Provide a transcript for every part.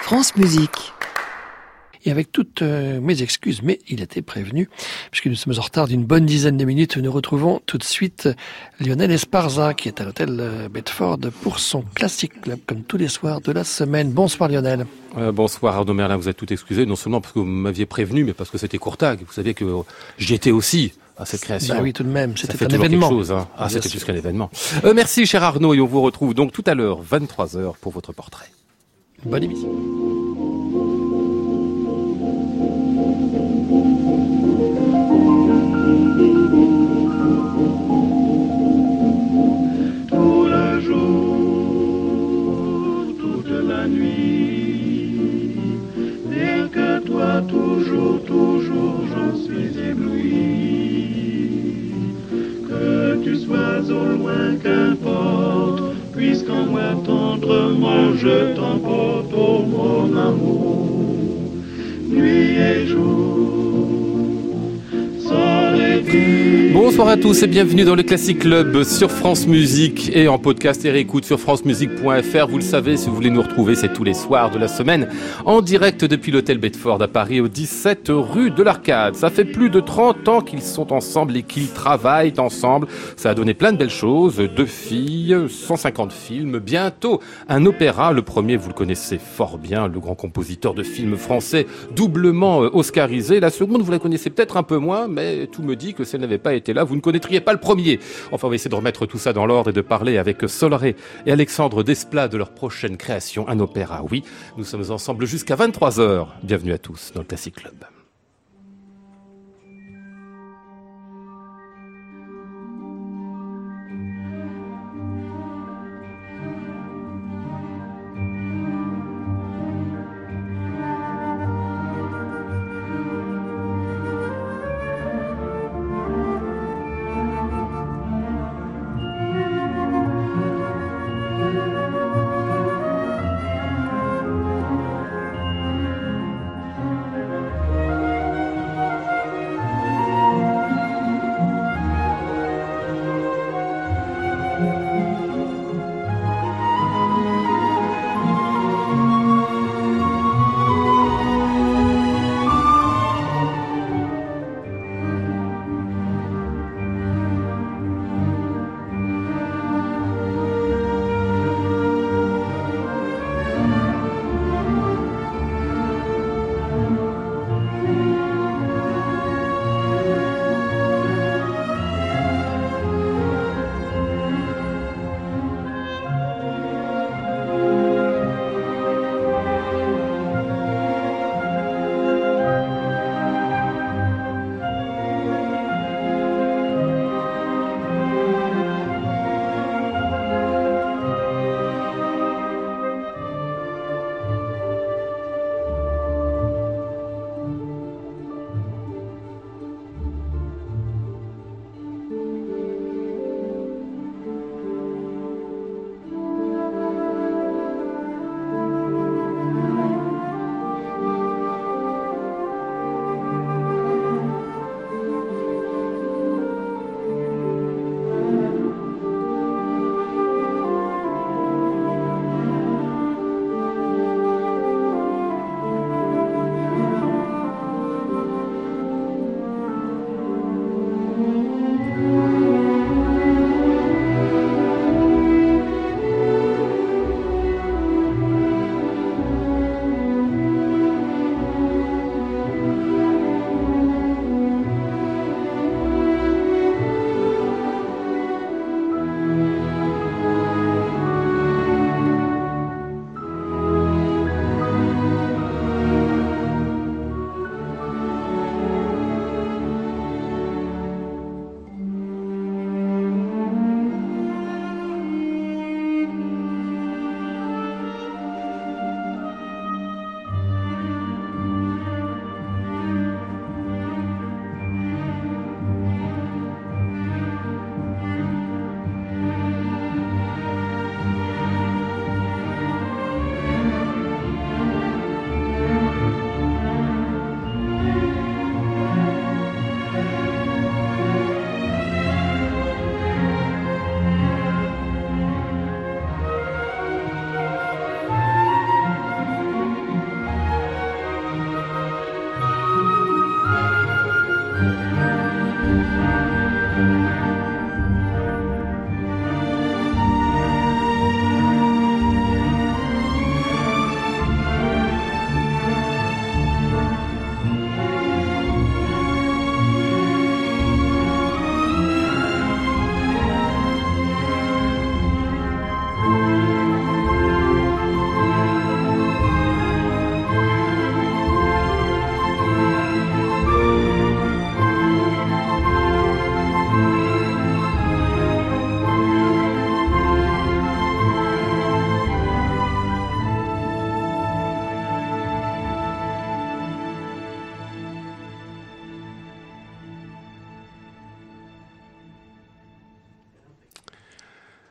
France Musique. Et avec toutes mes excuses, mais il était prévenu, puisque nous sommes en retard d'une bonne dizaine de minutes, nous retrouvons tout de suite Lionel Esparza, qui est à l'hôtel Bedford pour son Classic Club, comme tous les soirs de la semaine. Bonsoir Lionel. Bonsoir Arnaud Merlin, vous êtes tout excusé, non seulement parce que vous m'aviez prévenu, mais parce que c'était Courtag. Vous savez que j'y étais aussi à cette création. Bah oui, tout de même, c'était un événement. Quelque chose, hein. C'était plus qu'un événement. Merci cher Arnaud, et on vous retrouve donc tout à l'heure, 23h, pour votre portrait. Bonne émission. Toujours, j'en suis ébloui. Que tu sois au loin, qu'importe, puisqu'en moi tendrement je t'emporte, oh mon amour, nuit et jour, sans répit. Bonsoir à tous et bienvenue dans le Classic Club sur France Musique et en podcast et réécoute sur francemusique.fr. Vous le savez, si vous voulez nous retrouver, c'est tous les soirs de la semaine en direct depuis l'hôtel Bedford à Paris au 17 rue de l'Arcade. Ça fait plus de 30 ans qu'ils sont ensemble et qu'ils travaillent ensemble. Ça a donné plein de belles choses. 2 filles, 150 films, bientôt un opéra. Le premier, vous le connaissez fort bien, le grand compositeur de films français doublement oscarisé. La seconde, vous la connaissez peut-être un peu moins, mais tout me dit que si elle n'avait pas été là, vous ne connaîtriez pas le premier. Enfin, on va essayer de remettre tout ça dans l'ordre et de parler avec Solaré et Alexandre Desplat de leur prochaine création, un opéra. Oui, nous sommes ensemble jusqu'à 23h. Bienvenue à tous dans le Classic Club.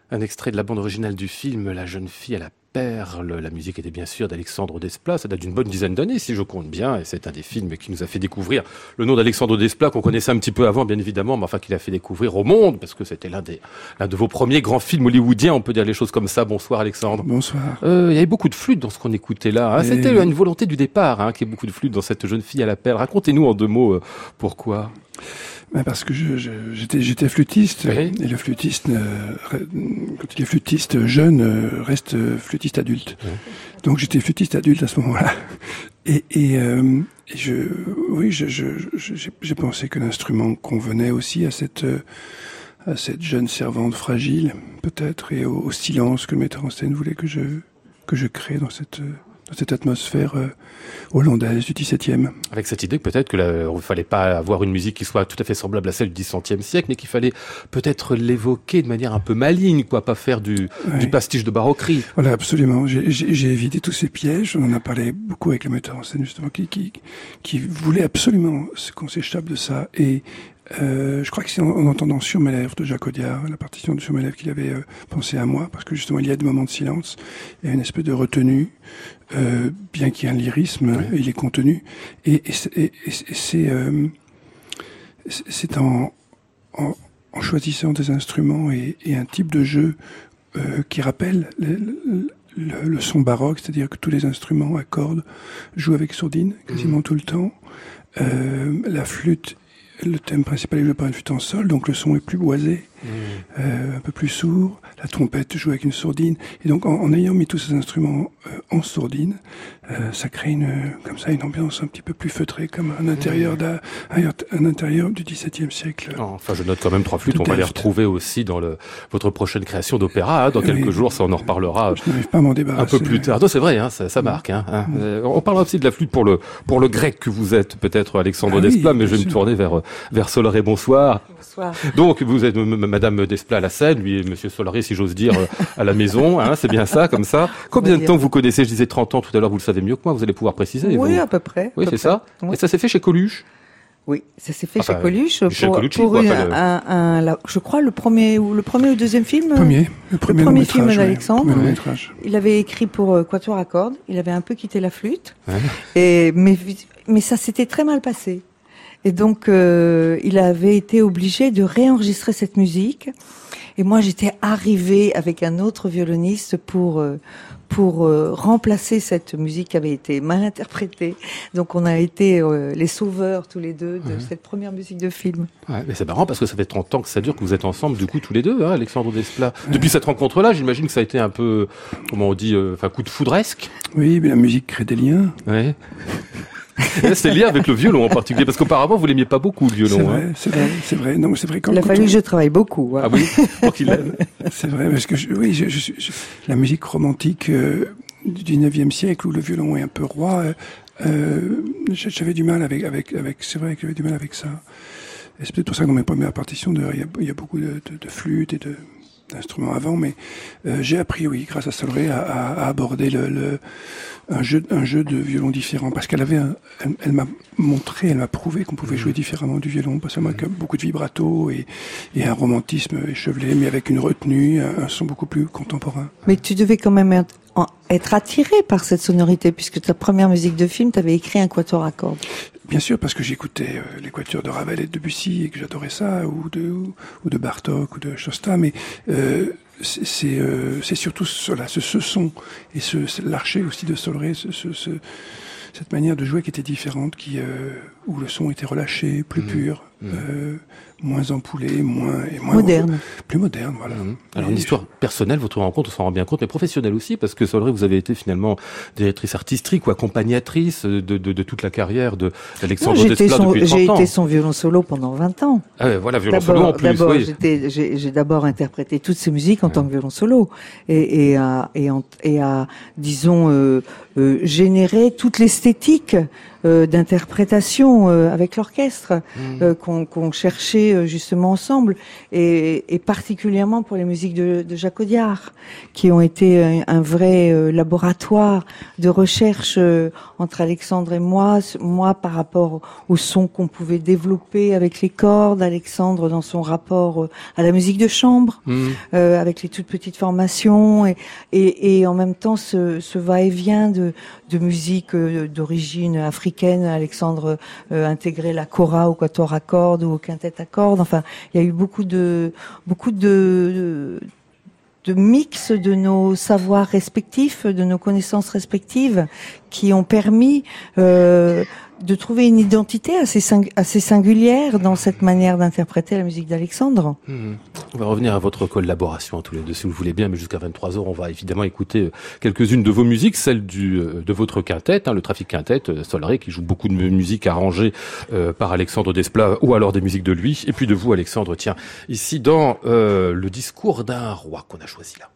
Un extrait de la bande originale du film La jeune fille à la perle. La musique était bien sûr d'Alexandre Desplat. Ça date d'une bonne dizaine d'années, si je compte bien. Et c'est un des films qui nous a fait découvrir le nom d'Alexandre Desplat, qu'on connaissait un petit peu avant, bien évidemment, mais enfin qu'il a fait découvrir au monde, parce que c'était l'un de vos premiers grands films hollywoodiens. On peut dire les choses comme ça. Bonsoir, Alexandre. Bonsoir. Il y avait beaucoup de flûte dans ce qu'on écoutait là. Hein. C'était une volonté du départ, qu'il y ait beaucoup de flûte dans cette jeune fille à la perle. Racontez-nous en 2 mots pourquoi. Parce que j'étais flûtiste, oui. Et le flûtiste, quand il est flûtiste jeune, reste flûtiste adulte. Oui. Donc j'étais flûtiste adulte à ce moment-là. J'ai pensé que l'instrument convenait aussi à cette jeune servante fragile, peut-être, et au silence que le metteur en scène voulait que je crée dans cette atmosphère hollandaise du XVIIe. Avec cette idée peut-être qu'il ne fallait pas avoir une musique qui soit tout à fait semblable à celle du XXe siècle, mais qu'il fallait peut-être l'évoquer de manière un peu maligne, pas faire du pastiche de baroquerie. Voilà, absolument. J'ai évité tous ces pièges. On en a parlé beaucoup avec le metteur en scène, justement, qui voulait absolument qu'on s'échappe de ça. Et je crois que c'est en entendant Sur mes lèvres de Jacques Audiard, la partition de Sur mes lèvres, qu'il avait pensé à moi, parce que justement il y a des moments de silence, il y a une espèce de retenue, bien qu'il y ait un lyrisme, il est contenu, et c'est en choisissant des instruments et un type de jeu qui rappelle le son baroque, c'est-à-dire que tous les instruments à cordes jouent avec sourdine quasiment tout le temps, la flûte. Le thème principal est joué par une flûte en sol, donc le son est plus boisé, un peu plus sourd. La trompette joue avec une sourdine. Et donc, en ayant mis tous ces instruments en sourdine, ça crée une ambiance un petit peu plus feutrée, comme un intérieur du XVIIe siècle. Enfin, je note quand même 3 flûtes. On va les retrouver aussi dans votre prochaine création d'opéra. Dans quelques jours, ça on en reparlera. Je n'arrive pas à m'en débarrasser. Un peu plus tard. Non, c'est vrai, ça marque. On parlera aussi de la flûte pour le grec que vous êtes, peut-être Alexandre Desplat, mais je vais me tourner vers Solaré. Bonsoir. Bonsoir. Donc, vous êtes Madame Desplat à la scène, lui et Monsieur Solaré, si j'ose dire, à la maison. C'est bien ça, comme ça. Combien de temps vous connaissez? Je disais 30 ans tout à l'heure, vous le savez mieux que moi, vous allez pouvoir préciser. Oui, vous... à peu près. Oui, c'est ça. Oui. Et ça s'est fait chez Coluche? Oui, ça s'est fait chez Coluche pour je crois le premier ou deuxième film. Le premier film d'Alexandre. Ouais. Il avait écrit pour Quatuor à cordes. Il avait un peu quitté la flûte. Ouais. Mais ça s'était très mal passé. Et donc, il avait été obligé de réenregistrer cette musique. Et moi, j'étais arrivée avec un autre violoniste pour remplacer cette musique qui avait été mal interprétée. Donc, on a été les sauveurs tous les deux de cette première musique de film. Ouais, mais c'est marrant parce que ça fait 30 ans que ça dure, que vous êtes ensemble, du coup, tous les deux, Alexandre Desplat. Depuis cette rencontre-là, j'imagine que ça a été un peu, comment on dit, coup de foudresque. Oui, mais la musique crée des liens. Ouais. C'est lié avec le violon en particulier, parce qu'auparavant vous l'aimiez pas beaucoup le violon. C'est vrai. Non, c'est vrai. Il a fallu que je travaille beaucoup. Ah oui, pour qu'il aime. C'est vrai, parce que la musique romantique du 19e siècle où le violon est un peu roi, j'avais du mal avec. C'est vrai que j'avais du mal avec ça. Et c'est peut-être pour ça que dans mes premières partitions, il y a beaucoup de flûtes et d'instruments avant, mais j'ai appris, oui, grâce à Solaré, à aborder un jeu de violon différent, parce qu'elle m'a montré, elle m'a prouvé qu'on pouvait jouer différemment du violon, pas seulement avec beaucoup de vibrato et un romantisme échevelé, mais avec une retenue, un son beaucoup plus contemporain. Mais tu devais quand même être attiré par cette sonorité, puisque ta première musique de film, tu avais écrit un quatuor à cordes. Bien sûr, parce que j'écoutais les quatuors de Ravel et de Debussy et que j'adorais ça, ou de Bartók ou de Shosta, mais c'est surtout cela, ce son et l'archet aussi de Solaré, cette manière de jouer qui était différente, où le son était relâché, plus pur, moins ampoulé, moins moderne, plus moderne, voilà. Alors une histoire personnelle, votre rencontre, on s'en rend bien compte, mais professionnelle aussi, parce que Solaré, vous avez été finalement directrice artistique ou accompagnatrice de toute la carrière d'Alexandre Desplat depuis 30 ans. J'ai été son violon solo pendant 20 ans. Ah ouais, voilà, violon solo en plus. D'abord, j'ai d'abord interprété toutes ces musiques en tant que violon solo et à disons générer toute l'esthétique d'interprétation avec l'orchestre qu'on cherchait justement ensemble, et particulièrement pour les musiques de Jacques Audiard, qui ont été un vrai laboratoire de recherche entre Alexandre et moi par rapport au son qu'on pouvait développer avec les cordes, Alexandre dans son rapport à la musique de chambre, avec les toutes petites formations, et en même temps ce va-et-vient de musique d'origine africaine. Alexandre intégrait la kora au quatuor à cordes ou au quintet à cordes. Enfin, il y a eu beaucoup de mix de nos savoirs respectifs, de nos connaissances respectives, qui ont permis de trouver une identité assez singulière dans cette manière d'interpréter la musique d'Alexandre. On va revenir à votre collaboration tous les deux, si vous le voulez bien, mais jusqu'à 23h, on va évidemment écouter quelques-unes de vos musiques, celle de votre quintet, le Trafic Quintet, Solré, qui joue beaucoup de musique arrangée par Alexandre Desplat, ou alors des musiques de lui, et puis de vous, Alexandre, tiens, ici dans le discours d'un roi qu'on a choisi là.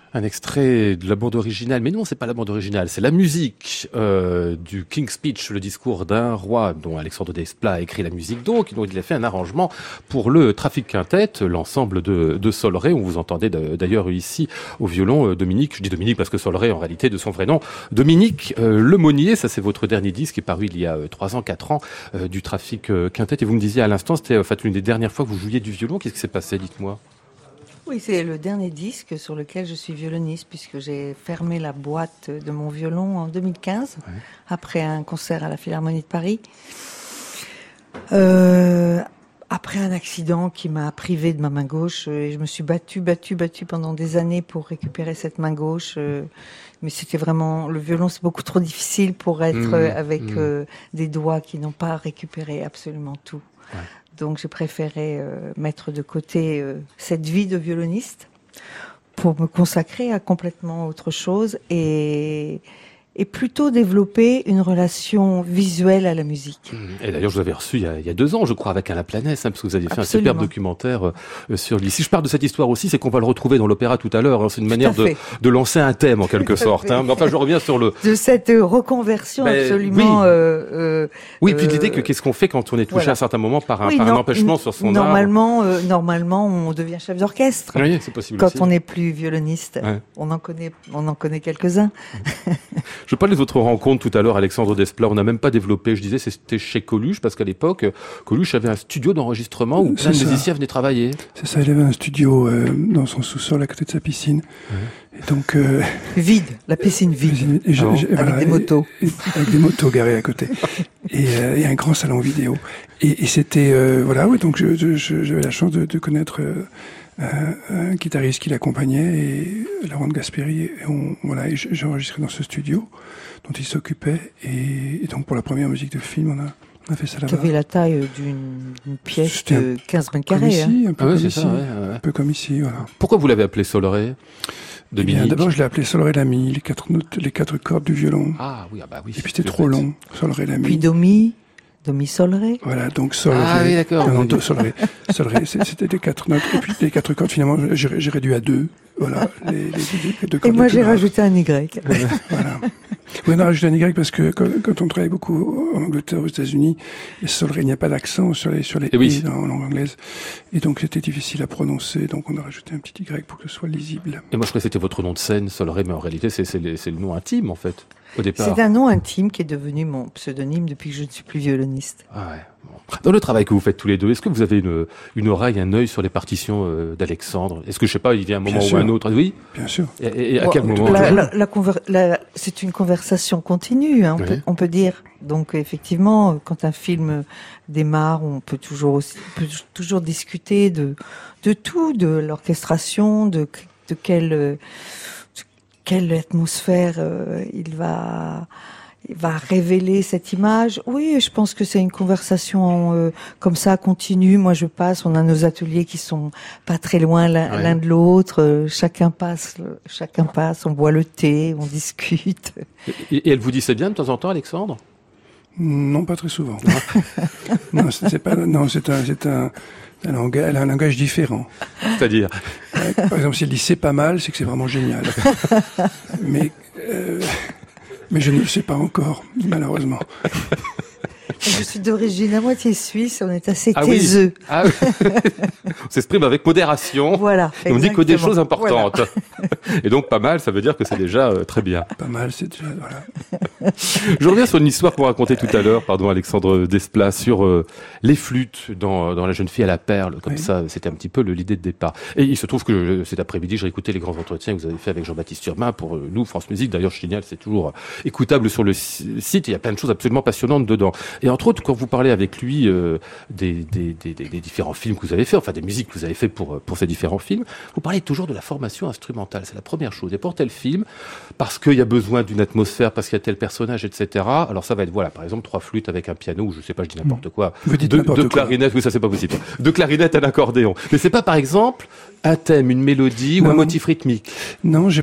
Un extrait de la bande originale, mais non, c'est pas la bande originale, c'est la musique du King's Speech, le discours d'un roi, dont Alexandre Desplat a écrit la musique, donc il a fait un arrangement pour le Trafic Quintet, l'ensemble de Solray. On vous entendait d'ailleurs ici au violon Dominique, je dis Dominique parce que Solray en réalité de son vrai nom, Dominique Lemonnier. Ça c'est votre dernier disque qui est paru il y a 3 ans, 4 ans du Trafic Quintet, et vous me disiez à l'instant, c'était en fait l'une des dernières fois que vous jouiez du violon. Qu'est-ce qui s'est passé, dites-moi? Oui, c'est le dernier disque sur lequel je suis violoniste, puisque j'ai fermé la boîte de mon violon en 2015, après un concert à la Philharmonie de Paris. Après un accident qui m'a privé de ma main gauche, et je me suis battue pendant des années pour récupérer cette main gauche. Mais c'était vraiment, le violon, c'est beaucoup trop difficile pour être avec des doigts qui n'ont pas récupéré absolument tout. Ouais. Donc j'ai préféré mettre de côté cette vie de violoniste pour me consacrer à complètement autre chose et plutôt développer une relation visuelle à la musique. Et d'ailleurs, je vous avais reçu il y a 2 ans, je crois, avec Alain Planès, parce que vous aviez fait un superbe documentaire sur lui. Si je parle de cette histoire aussi, c'est qu'on va le retrouver dans l'opéra tout à l'heure. C'est une manière de lancer un thème, en quelque sorte. Mais enfin, je reviens sur de cette reconversion absolument... Oui, puis l'idée que qu'est-ce qu'on fait quand on est touché à un certain moment par un empêchement sur son art. Normalement, on devient chef d'orchestre. Oui, c'est possible quand aussi. On n'est plus violoniste. Ouais. On en connaît quelques-uns. Je parlais des autres rencontres tout à l'heure, Alexandre Desplat, on n'a même pas développé, je disais, c'était chez Coluche, parce qu'à l'époque, Coluche avait un studio d'enregistrement où plein de musiciens venaient travailler. C'est ça, il avait un studio dans son sous-sol à côté de sa piscine. Et donc, vide, la piscine vide, avec des motos. Avec des motos garées à côté. Et un grand salon vidéo. Et c'était, donc j'avais la chance de connaître... un guitariste qui l'accompagnait, et Laurent de Gasperi, et j'ai enregistré dans ce studio dont il s'occupait, et donc pour la première musique de film, on a fait ça là-bas. Tu avais la taille d'une pièce de 15 mètres carrés. Ici, un peu comme ici, un peu comme ici, voilà. Pourquoi vous l'avez appelé Solray? D'abord, je l'ai appelé Sol, Ré, La, Mi, les 4 cordes du violon. Ah oui, oui. Et puis c'était trop long, Sol, Ré, La, Mi. Puis Do, Mi, Sol, Ré. Voilà, donc Sol, Ré. Ah oui, d'accord. Non, Do, Sol, Ré. Sol, Ré, c'était les 4 notes. Et puis les 4 cordes, finalement, j'ai réduit à 2. Voilà, les 2 cordes. Et moi, j'ai rajouté un Y. Voilà. Oui, on a rajouté un Y parce que quand on travaille beaucoup en Angleterre, aux États-Unis, Sol, Ré, il n'y a pas d'accent sur les I en langue anglaise. Et donc, c'était difficile à prononcer. Donc, on a rajouté un petit Y pour que ce soit lisible. Et moi, je croyais que c'était votre nom de scène, Sol, Ré, mais en réalité, c'est le nom intime, en fait. Au départ. C'est un nom intime qui est devenu mon pseudonyme depuis que je ne suis plus violoniste. Ah ouais. Bon. Dans le travail que vous faites tous les deux, est-ce que vous avez une oreille, un œil sur les partitions d'Alexandre? Est-ce que, je sais pas, il y a un moment ou un autre? Oui. Bien sûr. Et à quel moment? C'est une conversation continue, hein, on peut dire. Donc, effectivement, quand un film démarre, on peut toujours discuter de tout, de l'orchestration, de quelle atmosphère il va révéler cette image. Oui, je pense que c'est une conversation comme ça, continue. Moi, je passe, on a nos ateliers qui sont pas très loin l'un de l'autre. Chacun passe, on boit le thé, on discute. Et elle vous dit c'est bien de temps en temps, Alexandre? Non, pas très souvent. Non, c'est un langage différent. C'est-à-dire? Par exemple, si elle dit c'est pas mal, c'est que c'est vraiment génial. Mais je ne le sais pas encore, malheureusement. Je suis d'origine à moitié suisse, on est assez taiseux. Oui. Ah oui. On s'exprime avec modération. Voilà. On dit que des choses importantes. Voilà. Et donc pas mal, ça veut dire que c'est déjà très bien. Pas mal, c'est déjà, voilà. Je reviens sur une histoire qu'on racontait tout à l'heure, Alexandre Desplat, sur les flûtes dans La jeune fille à la perle. Comme ça, c'était un petit peu l'idée de départ. Et il se trouve que cet après-midi, j'ai écouté les grands entretiens que vous avez fait avec Jean-Baptiste Urbain pour nous, France Musique. D'ailleurs, je signale, c'est toujours écoutable sur le site. Il y a plein de choses absolument passionnantes dedans. Et entre autres, quand vous parlez avec lui des différents films que vous avez fait, enfin des musiques que vous avez fait pour ces différents films, vous parlez toujours de la formation instrumentale. C'est la première chose. Et pour tel film, parce qu'il y a besoin d'une atmosphère, parce qu'il y a tel personnage, etc. Alors ça va être, voilà, par exemple, 3 flûtes avec un piano, ou je sais pas, je dis n'importe quoi. Deux clarinettes, oui, ça c'est pas possible. 2 clarinettes à l'accordéon. Mais c'est pas, par exemple, un thème, une mélodie ou un motif rythmique. Non, je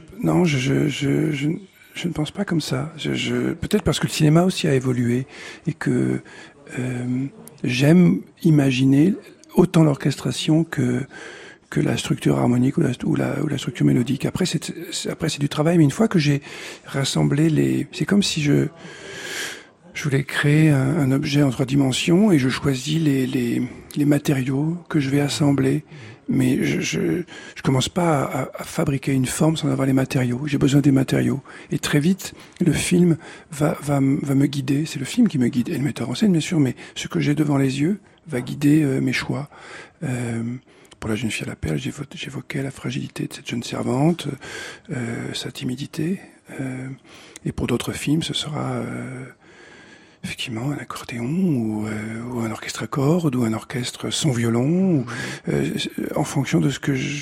ne pense pas comme ça. Peut-être parce que le cinéma aussi a évolué et que j'aime imaginer autant l'orchestration que que la structure harmonique ou la structure mélodique. Après c'est du travail, mais une fois que j'ai rassemblé c'est comme si je voulais créer un objet en 3 dimensions et je choisis les matériaux que je vais assembler. Mais je commence pas à fabriquer une forme sans avoir les matériaux. J'ai besoin des matériaux. Et très vite, le film va me guider. C'est le film qui me guide. Et le metteur en scène, bien sûr, mais ce que j'ai devant les yeux va guider mes choix. Pour La jeune fille à la perle, j'évoquais la fragilité de cette jeune servante, sa timidité. Et pour d'autres films, ce sera effectivement un accordéon ou un orchestre à cordes ou un orchestre sans violon, en fonction de ce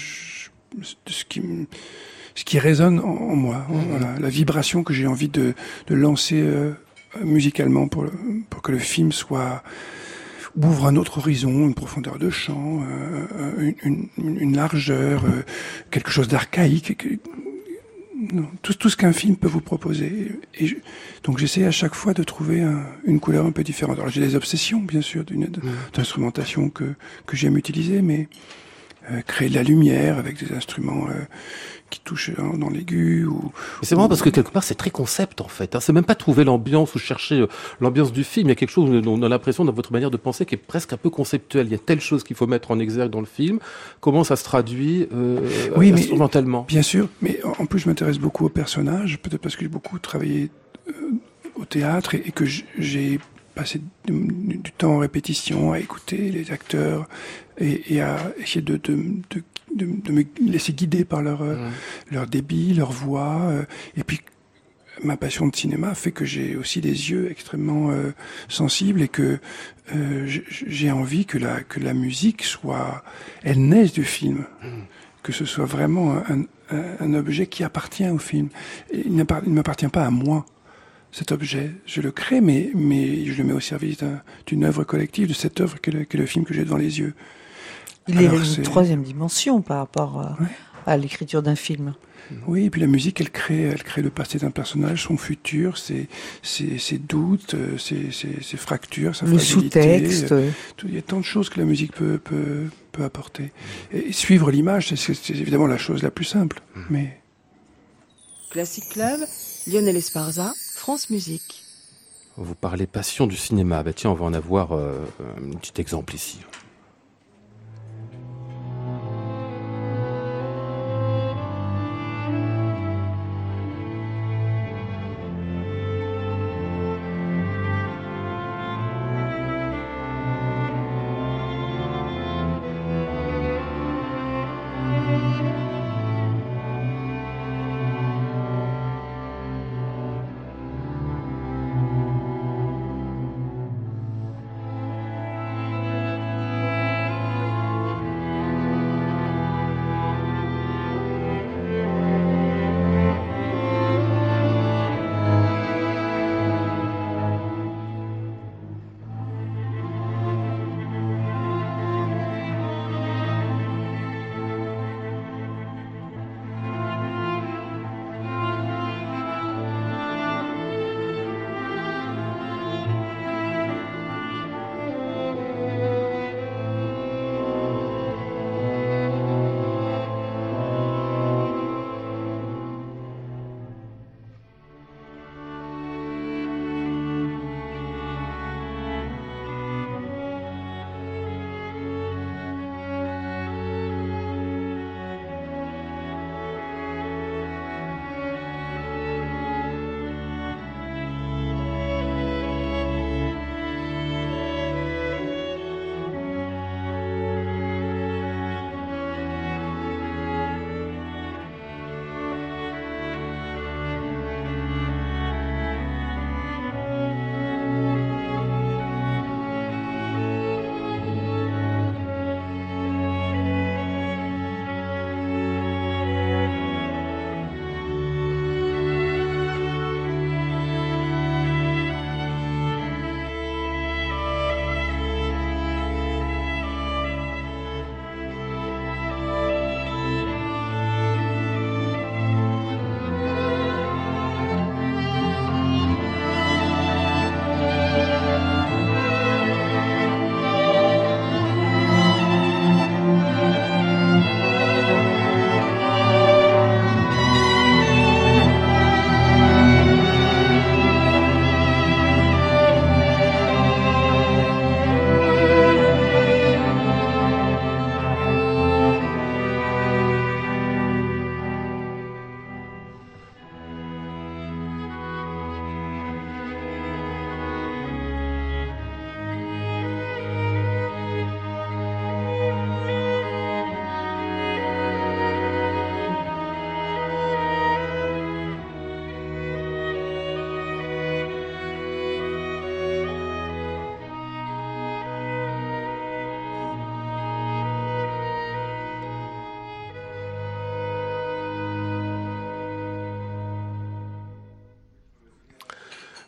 qui résonne en moi, voilà, la vibration que j'ai envie de lancer musicalement pour que le film ouvre un autre horizon, une profondeur de champ, une largeur, quelque chose d'archaïque. Non, tout ce qu'un film peut vous proposer. Donc j'essaie à chaque fois de trouver une couleur un peu différente. Alors j'ai des obsessions, bien sûr, d'instrumentation que j'aime utiliser, mais créer de la lumière avec des instruments qui touchent dans l'aigu. C'est marrant parce que quelque part c'est très concept en fait. C'est même pas trouver l'ambiance ou chercher l'ambiance du film. Il y a quelque chose où on a l'impression dans votre manière de penser qui est presque un peu conceptuel. Il y a telle chose qu'il faut mettre en exergue dans le film. Comment ça se traduit instrumentalement? Bien sûr, mais en plus je m'intéresse beaucoup aux personnages, peut-être parce que j'ai beaucoup travaillé au théâtre et que j'ai passé du temps en répétition à écouter les acteurs et à essayer de me laisser guider par leur débit, leur voix. Et puis, ma passion de cinéma fait que j'ai aussi des yeux extrêmement sensibles et que j'ai envie que la musique elle naisse du film. Que ce soit vraiment un objet qui appartient au film. Et il ne m'appartient pas à moi. Cet objet, je le crée, mais je le mets au service d'une œuvre collective, de cette œuvre qu'est le film que j'ai devant les yeux. Il est une 3e dimension par rapport à l'écriture d'un film. Oui, et puis la musique, elle crée le passé d'un personnage, son futur, ses doutes, ses fractures, sa fragilité. Le sous-texte. Il y a tant de choses que la musique peut apporter. Et suivre l'image, c'est évidemment la chose la plus simple. Mais... Classic Club, Lionel Esparza, France Musique. Vous parlez passion du cinéma. Tiens, on va en avoir un petit exemple ici.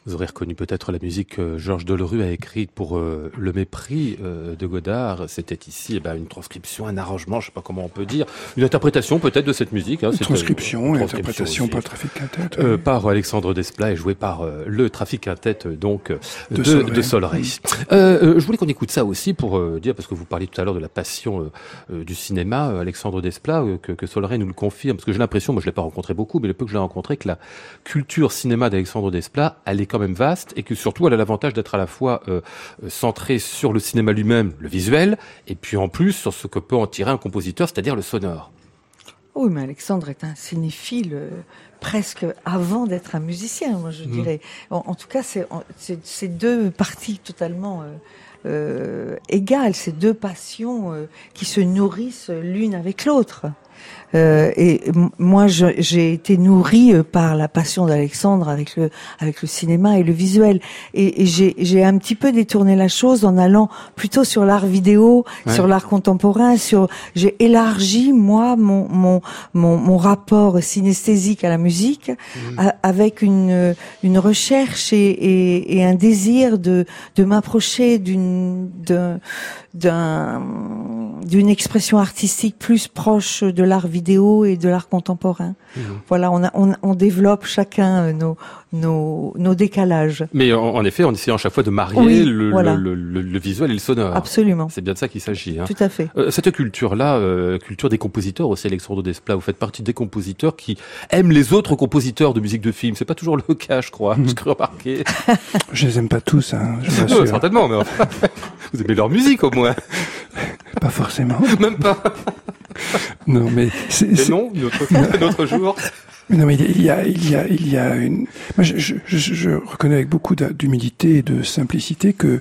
Vous aurez reconnu peut-être la musique que Georges Delerue a écrite pour Le Mépris de Godard. C'était ici une transcription, un arrangement, je ne sais pas comment on peut dire, une interprétation peut-être de cette musique. Une transcription, une interprétation par le Trafic Quintet. Par Alexandre Desplat et joué par le Trafic Quintet donc de Solray. Je voulais qu'on écoute ça aussi pour dire, parce que vous parliez tout à l'heure de la passion du cinéma, Alexandre Desplat, que Solray nous le confirme, parce que j'ai l'impression, moi je l'ai pas rencontré beaucoup, mais le peu que je l'ai rencontré, que la culture cinéma d'Alexandre Desplat, elle est quand même vaste et que surtout elle a l'avantage d'être à la fois centrée sur le cinéma lui-même, le visuel, et puis en plus sur ce que peut en tirer un compositeur, c'est-à-dire le sonore. Oui, mais Alexandre est un cinéphile presque avant d'être un musicien, moi je dirais. En tout cas, c'est deux parties totalement égales, c'est deux passions qui se nourrissent l'une avec l'autre. Et moi, j'ai été nourrie par la passion d'Alexandre avec le cinéma et le visuel. Et j'ai un petit peu détourné la chose en allant plutôt sur l'art vidéo, sur l'art contemporain. J'ai élargi moi mon rapport synesthésique à la musique avec une recherche et un désir de m'approcher d'une expression artistique plus proche de l'art vidéo et de l'art contemporain. Voilà, on développe chacun nos décalages. Mais en effet, en essayant à chaque fois de marier le visuel et le sonore. Absolument. C'est bien de ça qu'il s'agit. Tout à fait. Cette culture-là, culture des compositeurs aussi, Alexandre Desplat, vous faites partie des compositeurs qui aiment les autres compositeurs de musique de film. C'est pas toujours le cas, je crois. Je crois remarquer. Je les aime pas tous, je vous rassure. Certainement, mais enfin, vous aimez leur musique au moins. Pas forcément. Même pas. Non, mais non, un autre jour. Non, mais il y a une. Moi, je reconnais avec beaucoup d'humilité et de simplicité que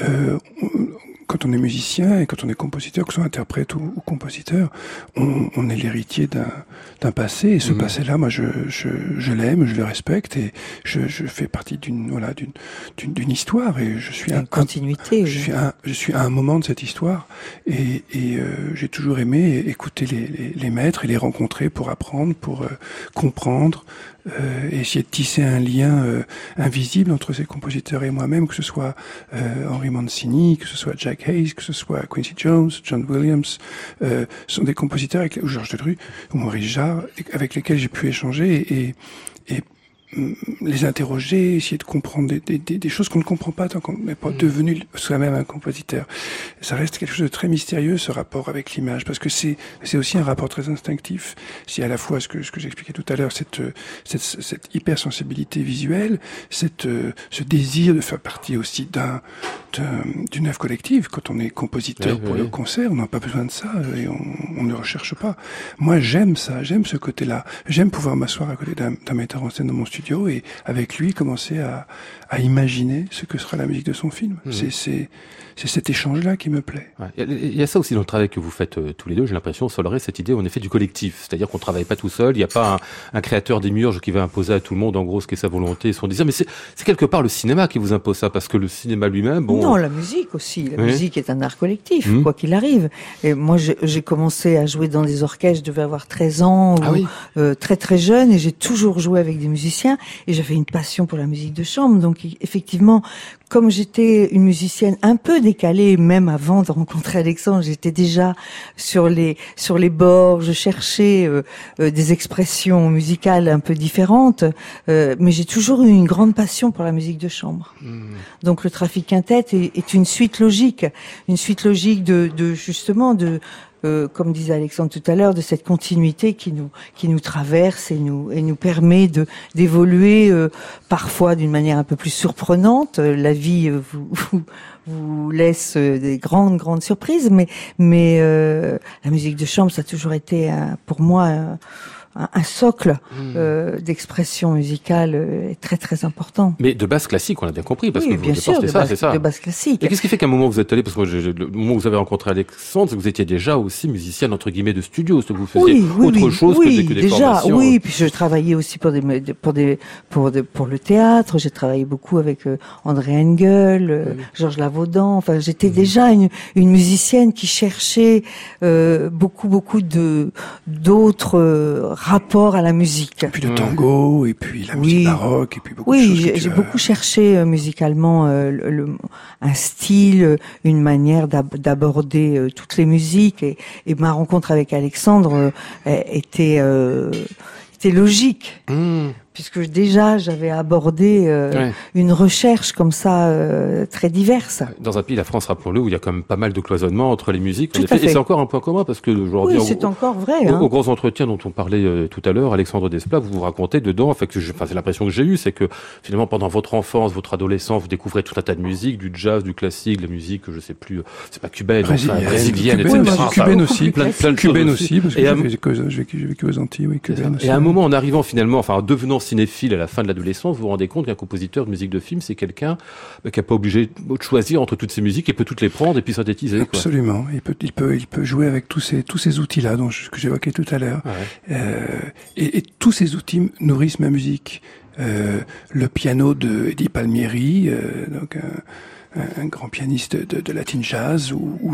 quand on est musicien et quand on est compositeur, que ce soit interprète ou compositeur, on est l'héritier d'un passé. Et ce passé-là, moi, je l'aime, je le respecte et je fais partie d'une histoire et je suis une continuité. Je suis à un moment de cette histoire et j'ai toujours aimé écouter les maîtres et les rencontrer pour apprendre, pour comprendre. Essayer de tisser un lien invisible entre ces compositeurs et moi-même, que ce soit Henry Mancini, que ce soit Jack Hayes, que ce soit Quincy Jones, John Williams, sont des compositeurs ou Georges Delerue ou Maurice Jarre avec lesquels j'ai pu échanger et les interroger, essayer de comprendre des choses qu'on ne comprend pas tant qu'on n'est pas devenu soi-même un compositeur. Ça reste quelque chose de très mystérieux, ce rapport avec l'image, parce que c'est aussi un rapport très instinctif. C'est à la fois ce que j'expliquais tout à l'heure, cette hypersensibilité visuelle, ce désir de faire partie aussi d'une œuvre collective. Quand on est compositeur pour le concert, on n'a pas besoin de ça et on ne recherche pas. Moi, j'aime ça, j'aime ce côté-là. J'aime pouvoir m'asseoir à côté d'un metteur en scène dans mon studio et avec lui commencer à imaginer ce que sera la musique de son film. C'est cet échange-là qui me plaît. Ouais. Il y a ça aussi dans le travail que vous faites tous les deux, j'ai l'impression, Solray, cette idée en effet du collectif. C'est-à-dire qu'on ne travaille pas tout seul, il n'y a pas un créateur démiurge qui va imposer à tout le monde en gros ce qu'est sa volonté et son désir, mais c'est quelque part le cinéma qui vous impose ça, parce que le cinéma lui-même... Non, la musique aussi. La musique est un art collectif, quoi qu'il arrive. Et moi, j'ai commencé à jouer dans des orchestres, je devais avoir 13 ans, très très jeune, et j'ai toujours joué avec des musiciens, et j'avais une passion pour la musique de chambre. Donc effectivement, comme j'étais une musicienne un peu décalée, même avant de rencontrer Alexandre, j'étais déjà sur les bords, je cherchais des expressions musicales un peu différentes, mais j'ai toujours eu une grande passion pour la musique de chambre. Donc le Trafic Quintet est une suite logique de justement comme disait Alexandre tout à l'heure, de cette continuité qui nous traverse et nous permet d'évoluer parfois d'une manière un peu plus surprenante. La vie vous laisse des grandes surprises, mais la musique de chambre, ça a toujours été pour moi un socle d'expression musicale très très important. Mais de base classique, on l'a bien compris, parce que vous bien sûr, c'est ça. De base classique. Et qu'est-ce qui fait qu'à un moment vous êtes allé, parce que moi, le moment où vous avez rencontré Alexandre, c'est que vous étiez déjà aussi musicienne entre guillemets de studio, c'est que vous faisiez autre chose que des déjà, formations. Oui, puis je travaillais aussi pour le théâtre. J'ai travaillé beaucoup avec André Engel, Georges Lavaudan. Enfin, j'étais déjà une musicienne qui cherchait beaucoup d'autres rapport à la musique. Et puis le tango, et puis la musique baroque, et puis beaucoup de choses. Oui, j'ai beaucoup cherché musicalement un style, une manière d'aborder toutes les musiques, et ma rencontre avec Alexandre était logique. Puisque déjà j'avais abordé une recherche comme ça très diverse. Dans un pays, la France, rappelons-le, où il y a quand même pas mal de cloisonnement entre les musiques. Tout à fait. Et c'est encore un point commun, parce que je reviens c'est encore vrai. aux grands entretiens dont on parlait tout à l'heure, Alexandre Desplat, vous vous racontez dedans, c'est l'impression que j'ai eue, c'est que finalement pendant votre enfance, votre adolescence, vous découvrez tout un tas de musiques, du jazz, du classique, la musique, je sais plus, c'est pas cubaine, brésilienne, etc. Cubaine aussi, plein de cubaine choses aussi, parce que j'ai vécu aux Antilles, oui, cubaine aussi. Et à un moment, en arrivant finalement, en devenant cinéphile à la fin de l'adolescence, vous vous rendez compte qu'un compositeur de musique de film, c'est quelqu'un qui n'est pas obligé de choisir entre toutes ces musiques, il peut toutes les prendre et puis synthétiser. Absolument. Il peut jouer avec tous ces outils-là que j'évoquais tout à l'heure. Et tous ces outils nourrissent ma musique. Le piano de Eddie Palmieri, donc un grand pianiste de latin jazz, ou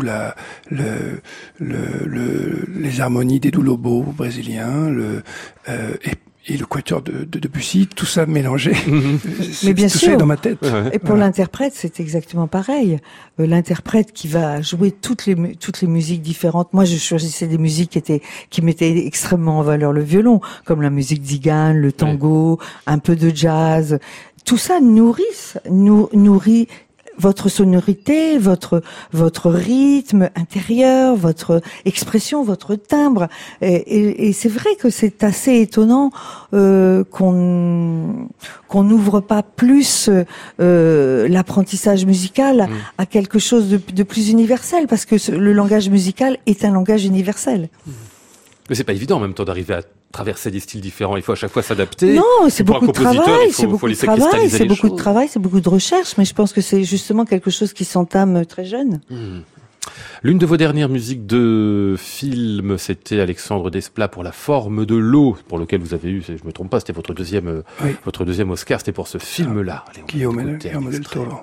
les harmonies d'Edu Lobo brésilien, et le quatuor de Debussy, tout ça mélangé. Mais bien sûr. Ça est dans ma tête. Et pour l'interprète, c'est exactement pareil. L'interprète qui va jouer toutes les musiques différentes. Moi, je choisissais des musiques qui mettaient extrêmement en valeur le violon, comme la musique zigane, le tango, un peu de jazz. Tout ça nourrit votre sonorité, votre rythme intérieur, votre expression, votre timbre. Et c'est vrai que c'est assez étonnant qu'on n'ouvre pas plus l'apprentissage musical à quelque chose de plus universel, parce que le langage musical est un langage universel. Mais c'est pas évident en même temps d'arriver à traverser des styles différents. Il faut à chaque fois s'adapter. Non, c'est beaucoup de travail, c'est beaucoup de travail, c'est beaucoup de recherche, mais je pense que c'est justement quelque chose qui s'entame très jeune. L'une de vos dernières musiques de film, c'était Alexandre Desplat pour La forme de l'eau, pour lequel vous avez eu, je me trompe pas, c'était votre deuxième Oscar, c'était pour ce film-là. Guillaume del Toro.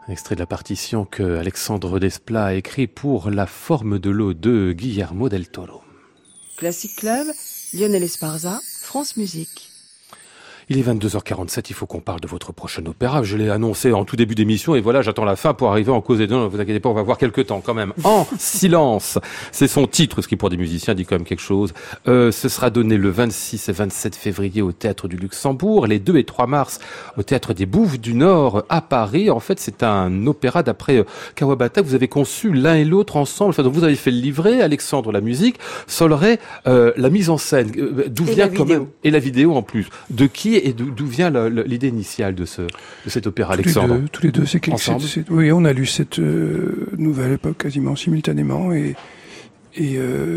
Un extrait de la partition que Alexandre Desplat a écrit pour La forme de l'eau de Guillermo del Toro. Classic Club, Lionel Esparza, France Musique. Il est 22h47, il faut qu'on parle de votre prochain opéra. Je l'ai annoncé en tout début d'émission et voilà, j'attends la fin pour arriver en cause et non, ne vous inquiétez pas, on va voir quelques temps quand même. En silence, c'est son titre, ce qui pour des musiciens dit quand même quelque chose. Ce sera donné le 26 et 27 février au Théâtre du Luxembourg, les 2 et 3 mars au Théâtre des Bouffes du Nord à Paris. En fait, c'est un opéra d'après Kawabata que vous avez conçu l'un et l'autre ensemble. Enfin, donc vous avez fait le livret, Alexandre la musique, Solray la mise en scène. D'où vient quand même et la vidéo en plus. De qui et d'où vient l'idée initiale de cet opéra, Alexandre? Tous les deux, oui, on a lu cette nouvelle époque quasiment simultanément et oui,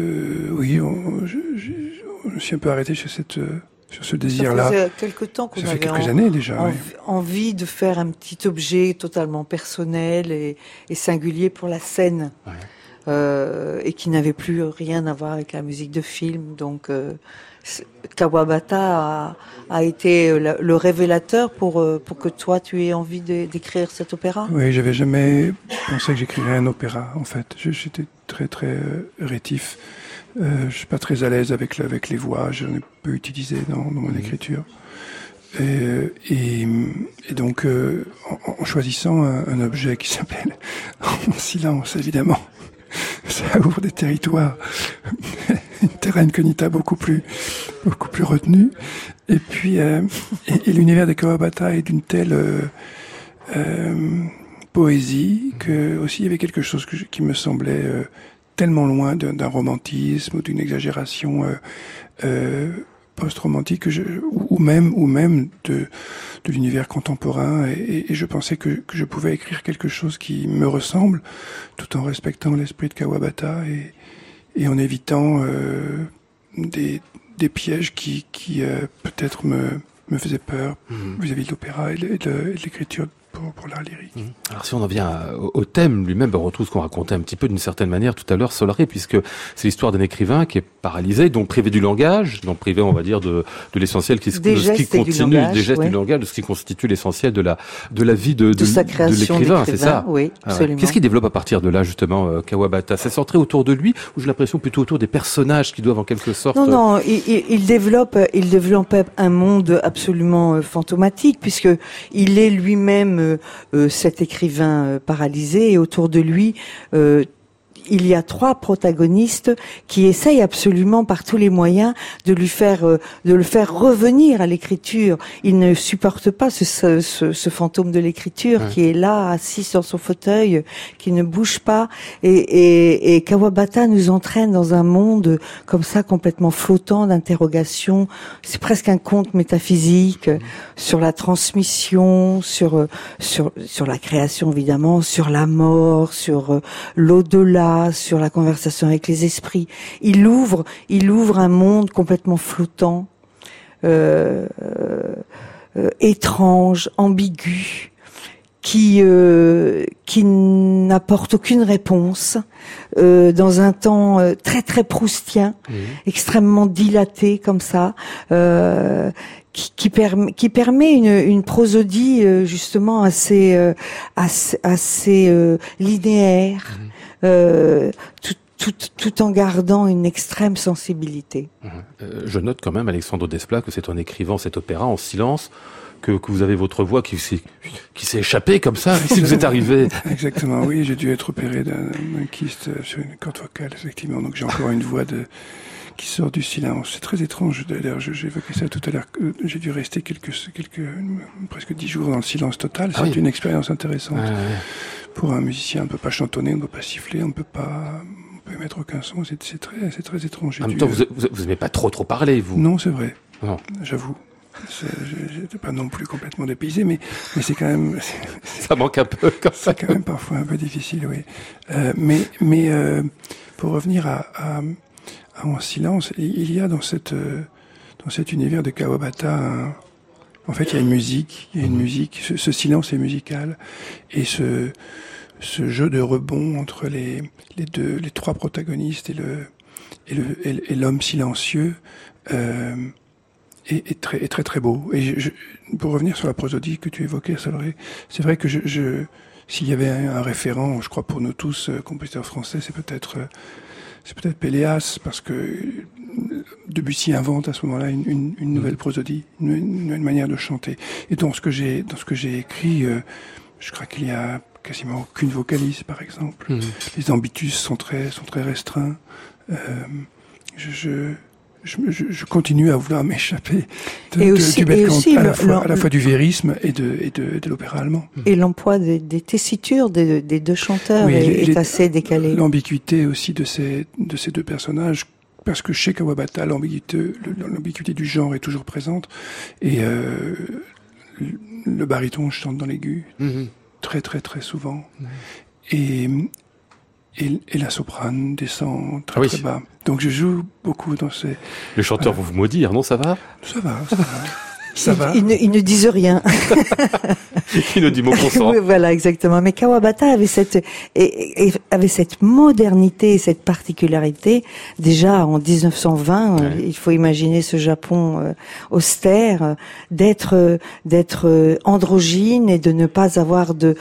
je me suis un peu arrêté sur ce désir-là. Ça faisait quelques temps qu'on avait quelques années déjà, envie de faire un petit objet totalement personnel et singulier pour la scène, et qui n'avait plus rien à voir avec la musique de film. Donc Kawabata a été le révélateur pour que toi tu aies envie d'écrire cet opéra. Oui, j'avais jamais pensé que j'écrirais un opéra en fait. J'étais très très rétif. Je suis pas très à l'aise avec les voix. J'en ai peu utilisé dans mon écriture. Et donc en choisissant un objet qui s'appelle En silence, évidemment, ça ouvre des territoires, une terra incognita beaucoup plus retenue. Et puis et l'univers de Kawabata est d'une telle poésie que aussi il y avait quelque chose qui me semblait tellement loin d'un romantisme ou d'une exagération post-romantique ou même de l'univers contemporain et je pensais que je pouvais écrire quelque chose qui me ressemble tout en respectant l'esprit de Kawabata et en évitant des pièges qui peut-être me faisaient peur vis-à-vis de l'opéra et de l'écriture pour l'art lyrique. Alors si on en vient au thème lui-même, on retrouve ce qu'on racontait un petit peu d'une certaine manière tout à l'heure, Solray, puisque c'est l'histoire d'un écrivain qui est paralysé, donc privé du langage, donc privé, on va dire, de l'essentiel de ce qui continue, des gestes du langage, de ce qui constitue l'essentiel de la vie de l'écrivain, c'est ça? Oui, absolument. Qu'est-ce qu'il développe à partir de là, justement, Kawabata? C'est centré autour de lui, ou j'ai l'impression plutôt autour des personnages qui doivent en quelque sorte... Non, il développe un monde absolument fantomatique, puisque il est lui-même cet écrivain paralysé et autour de lui il y a 3 protagonistes qui essayent absolument par tous les moyens de le faire revenir à l'écriture. Il ne supporte pas ce fantôme de l'écriture qui est là, assis dans son fauteuil, qui ne bouge pas. Et Kawabata nous entraîne dans un monde comme ça, complètement flottant d'interrogations. C'est presque un conte métaphysique sur la transmission, sur la création évidemment, sur la mort, sur l'au-delà, sur la conversation avec les esprits. Il ouvre un monde complètement flottant, étrange, ambigu, qui n'apporte aucune réponse, dans un temps très très proustien, extrêmement dilaté comme ça, qui permet une prosodie justement assez linéaire. Tout en gardant une extrême sensibilité. Je note quand même, Alexandre Desplat, que c'est en écrivant cet opéra en silence que vous avez votre voix qui s'est échappée comme ça. Si vous êtes arrivé. Exactement, oui, j'ai dû être opéré d'un kyste sur une corde vocale, effectivement. Donc j'ai encore une voix qui sort du silence. C'est très étrange. D'ailleurs, j'évoquais ça tout à l'heure. J'ai dû rester presque 10 jours dans le silence total. C'est une expérience intéressante. Pour un musicien, on ne peut pas chantonner, on ne peut pas siffler, on peut émettre aucun son. C'est très étrange. En même temps, vous n'aimez pas trop parler, vous? Non, c'est vrai. Non. J'avoue. J'étais pas non plus complètement dépaysé, mais c'est quand même... Ça manque un peu, comme ça. C'est quand même parfois un peu difficile, oui. Mais pour revenir à En silence, il y a dans cet univers de Kawabata, en fait, il y a une musique, ce silence est musical, et ce jeu de rebond entre les 3 protagonistes et l'homme silencieux est très très très beau. Et pour revenir sur la prosodie que tu évoquais, Solray, c'est vrai que s'il y avait un référent, je crois pour nous tous, compositeurs français, c'est peut-être Péléas, parce que Debussy invente à ce moment-là une nouvelle prosodie, une manière de chanter. Et dans ce que j'ai écrit, je crois qu'il y a quasiment aucune vocalise, par exemple. Les ambitus sont très restreints. Je continue à vouloir m'échapper du bel canto, à la fois du vérisme et de l'opéra allemand. Et l'emploi des tessitures des deux chanteurs est assez décalé. L'ambiguïté aussi de ces deux personnages, parce que chez Kawabata, l'ambiguïté du genre est toujours présente, et le baryton chante dans l'aigu, très très très souvent, et la soprane descend très très bas. Donc je joue beaucoup dans ces... Les chanteurs vont vous maudire, non, ça va? Ça va. Ça va. Ils ne disent rien. Ils ne disent mot consent. Oui, voilà, exactement. Mais Kawabata avait cette modernité et cette particularité. Déjà en 1920, il faut imaginer ce Japon austère, d'être androgyne et de ne pas avoir de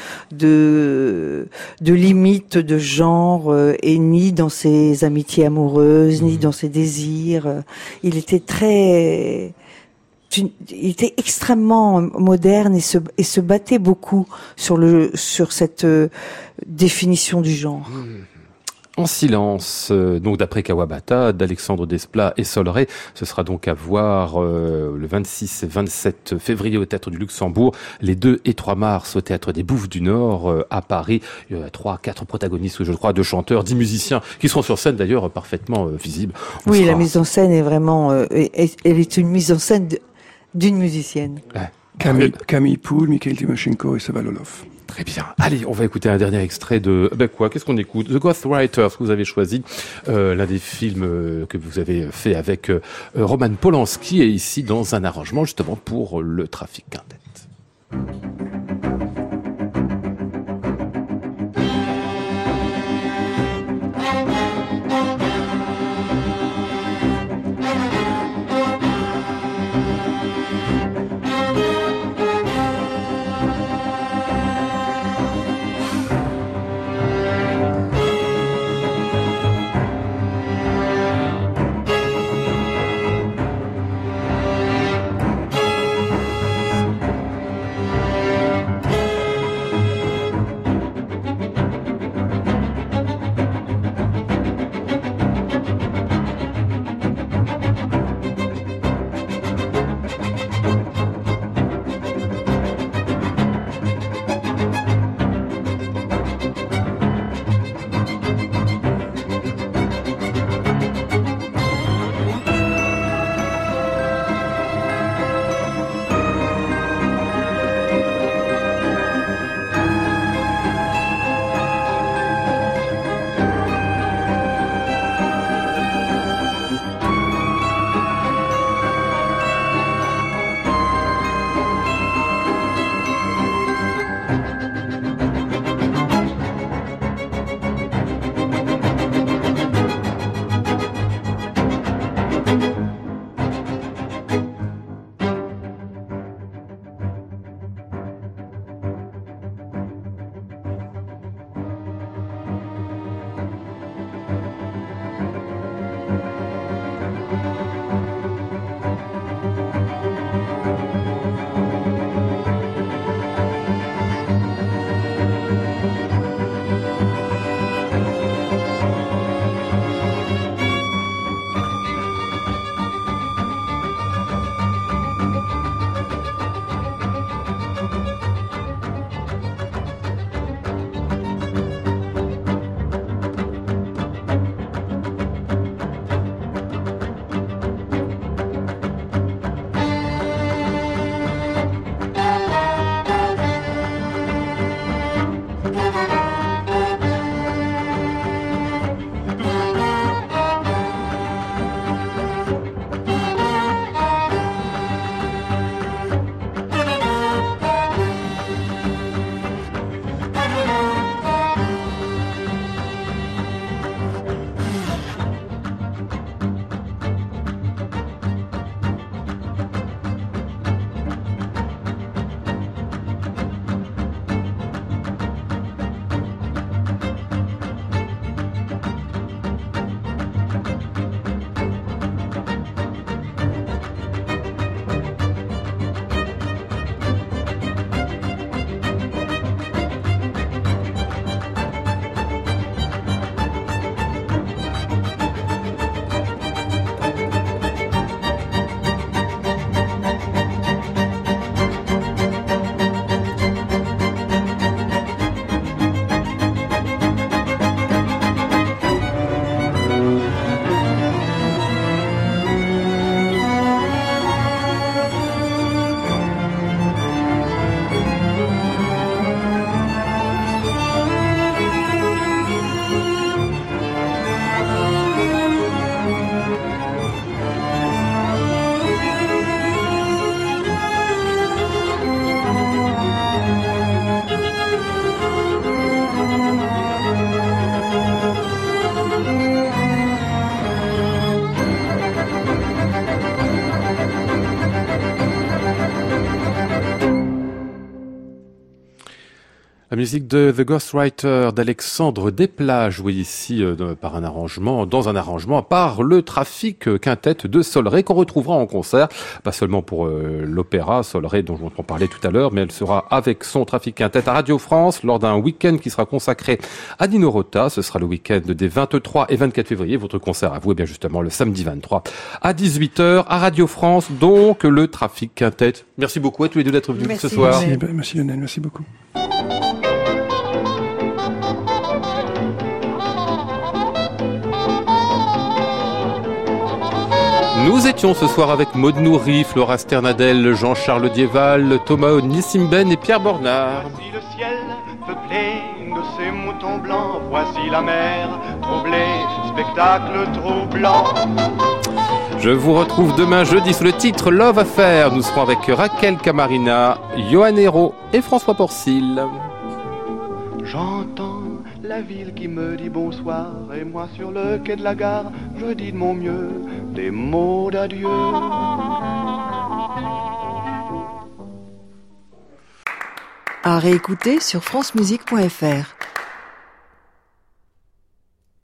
limite de genre, et ni dans ses amitiés amoureuses, ni dans ses désirs. Il était extrêmement moderne et se battait beaucoup sur cette définition du genre. En silence, donc d'après Kawabata, d'Alexandre Desplat et Solray, ce sera donc à voir le 26 et 27 février au Théâtre du Luxembourg, les 2 et 3 mars au Théâtre des Bouffes du Nord à Paris. Il y a 3-4 protagonistes, je crois, 2 chanteurs, 10 musiciens qui seront sur scène d'ailleurs parfaitement visibles. La mise en scène est vraiment, elle est une mise en scène d'une musicienne. Camille Poul, Mikhail Timoshenko et Sava Lolov. Très bien. Allez, on va écouter un dernier extrait de... qu'est-ce qu'on écoute? The Ghostwriters, que vous avez choisi. L'un des films que vous avez fait avec Roman Polanski est ici dans un arrangement justement pour le Traffic Quintet. La musique de The Ghostwriter d'Alexandre Desplat, jouée ici dans un arrangement par le Trafic Quintet de Solray, qu'on retrouvera en concert, pas seulement pour l'opéra Solray dont on parlait tout à l'heure, mais elle sera avec son Trafic Quintet à Radio France lors d'un week-end qui sera consacré à Nino Rota. Ce sera le week-end des 23 et 24 février. Votre concert à vous, bien justement, le samedi 23 à 18h à Radio France, donc le Trafic Quintet. Merci beaucoup à tous les deux d'être venus ce soir. Merci Lionel, merci beaucoup. Nous étions ce soir avec Maud Nourri, Flora Sternadel, Jean-Charles Dieval, Thomas Nissimben et Pierre Bornard. Voici le ciel peuplé de ces moutons blancs, voici la mer troublée, spectacle troublant. Je vous retrouve demain jeudi sous le titre Love Affair. Nous serons avec Raquel Camarina, Johan Hérault et François Porcil. J'entends la ville qui me dit bonsoir, et moi sur le quai de la gare, je dis de mon mieux des mots d'adieu. À réécouter sur francemusique.fr.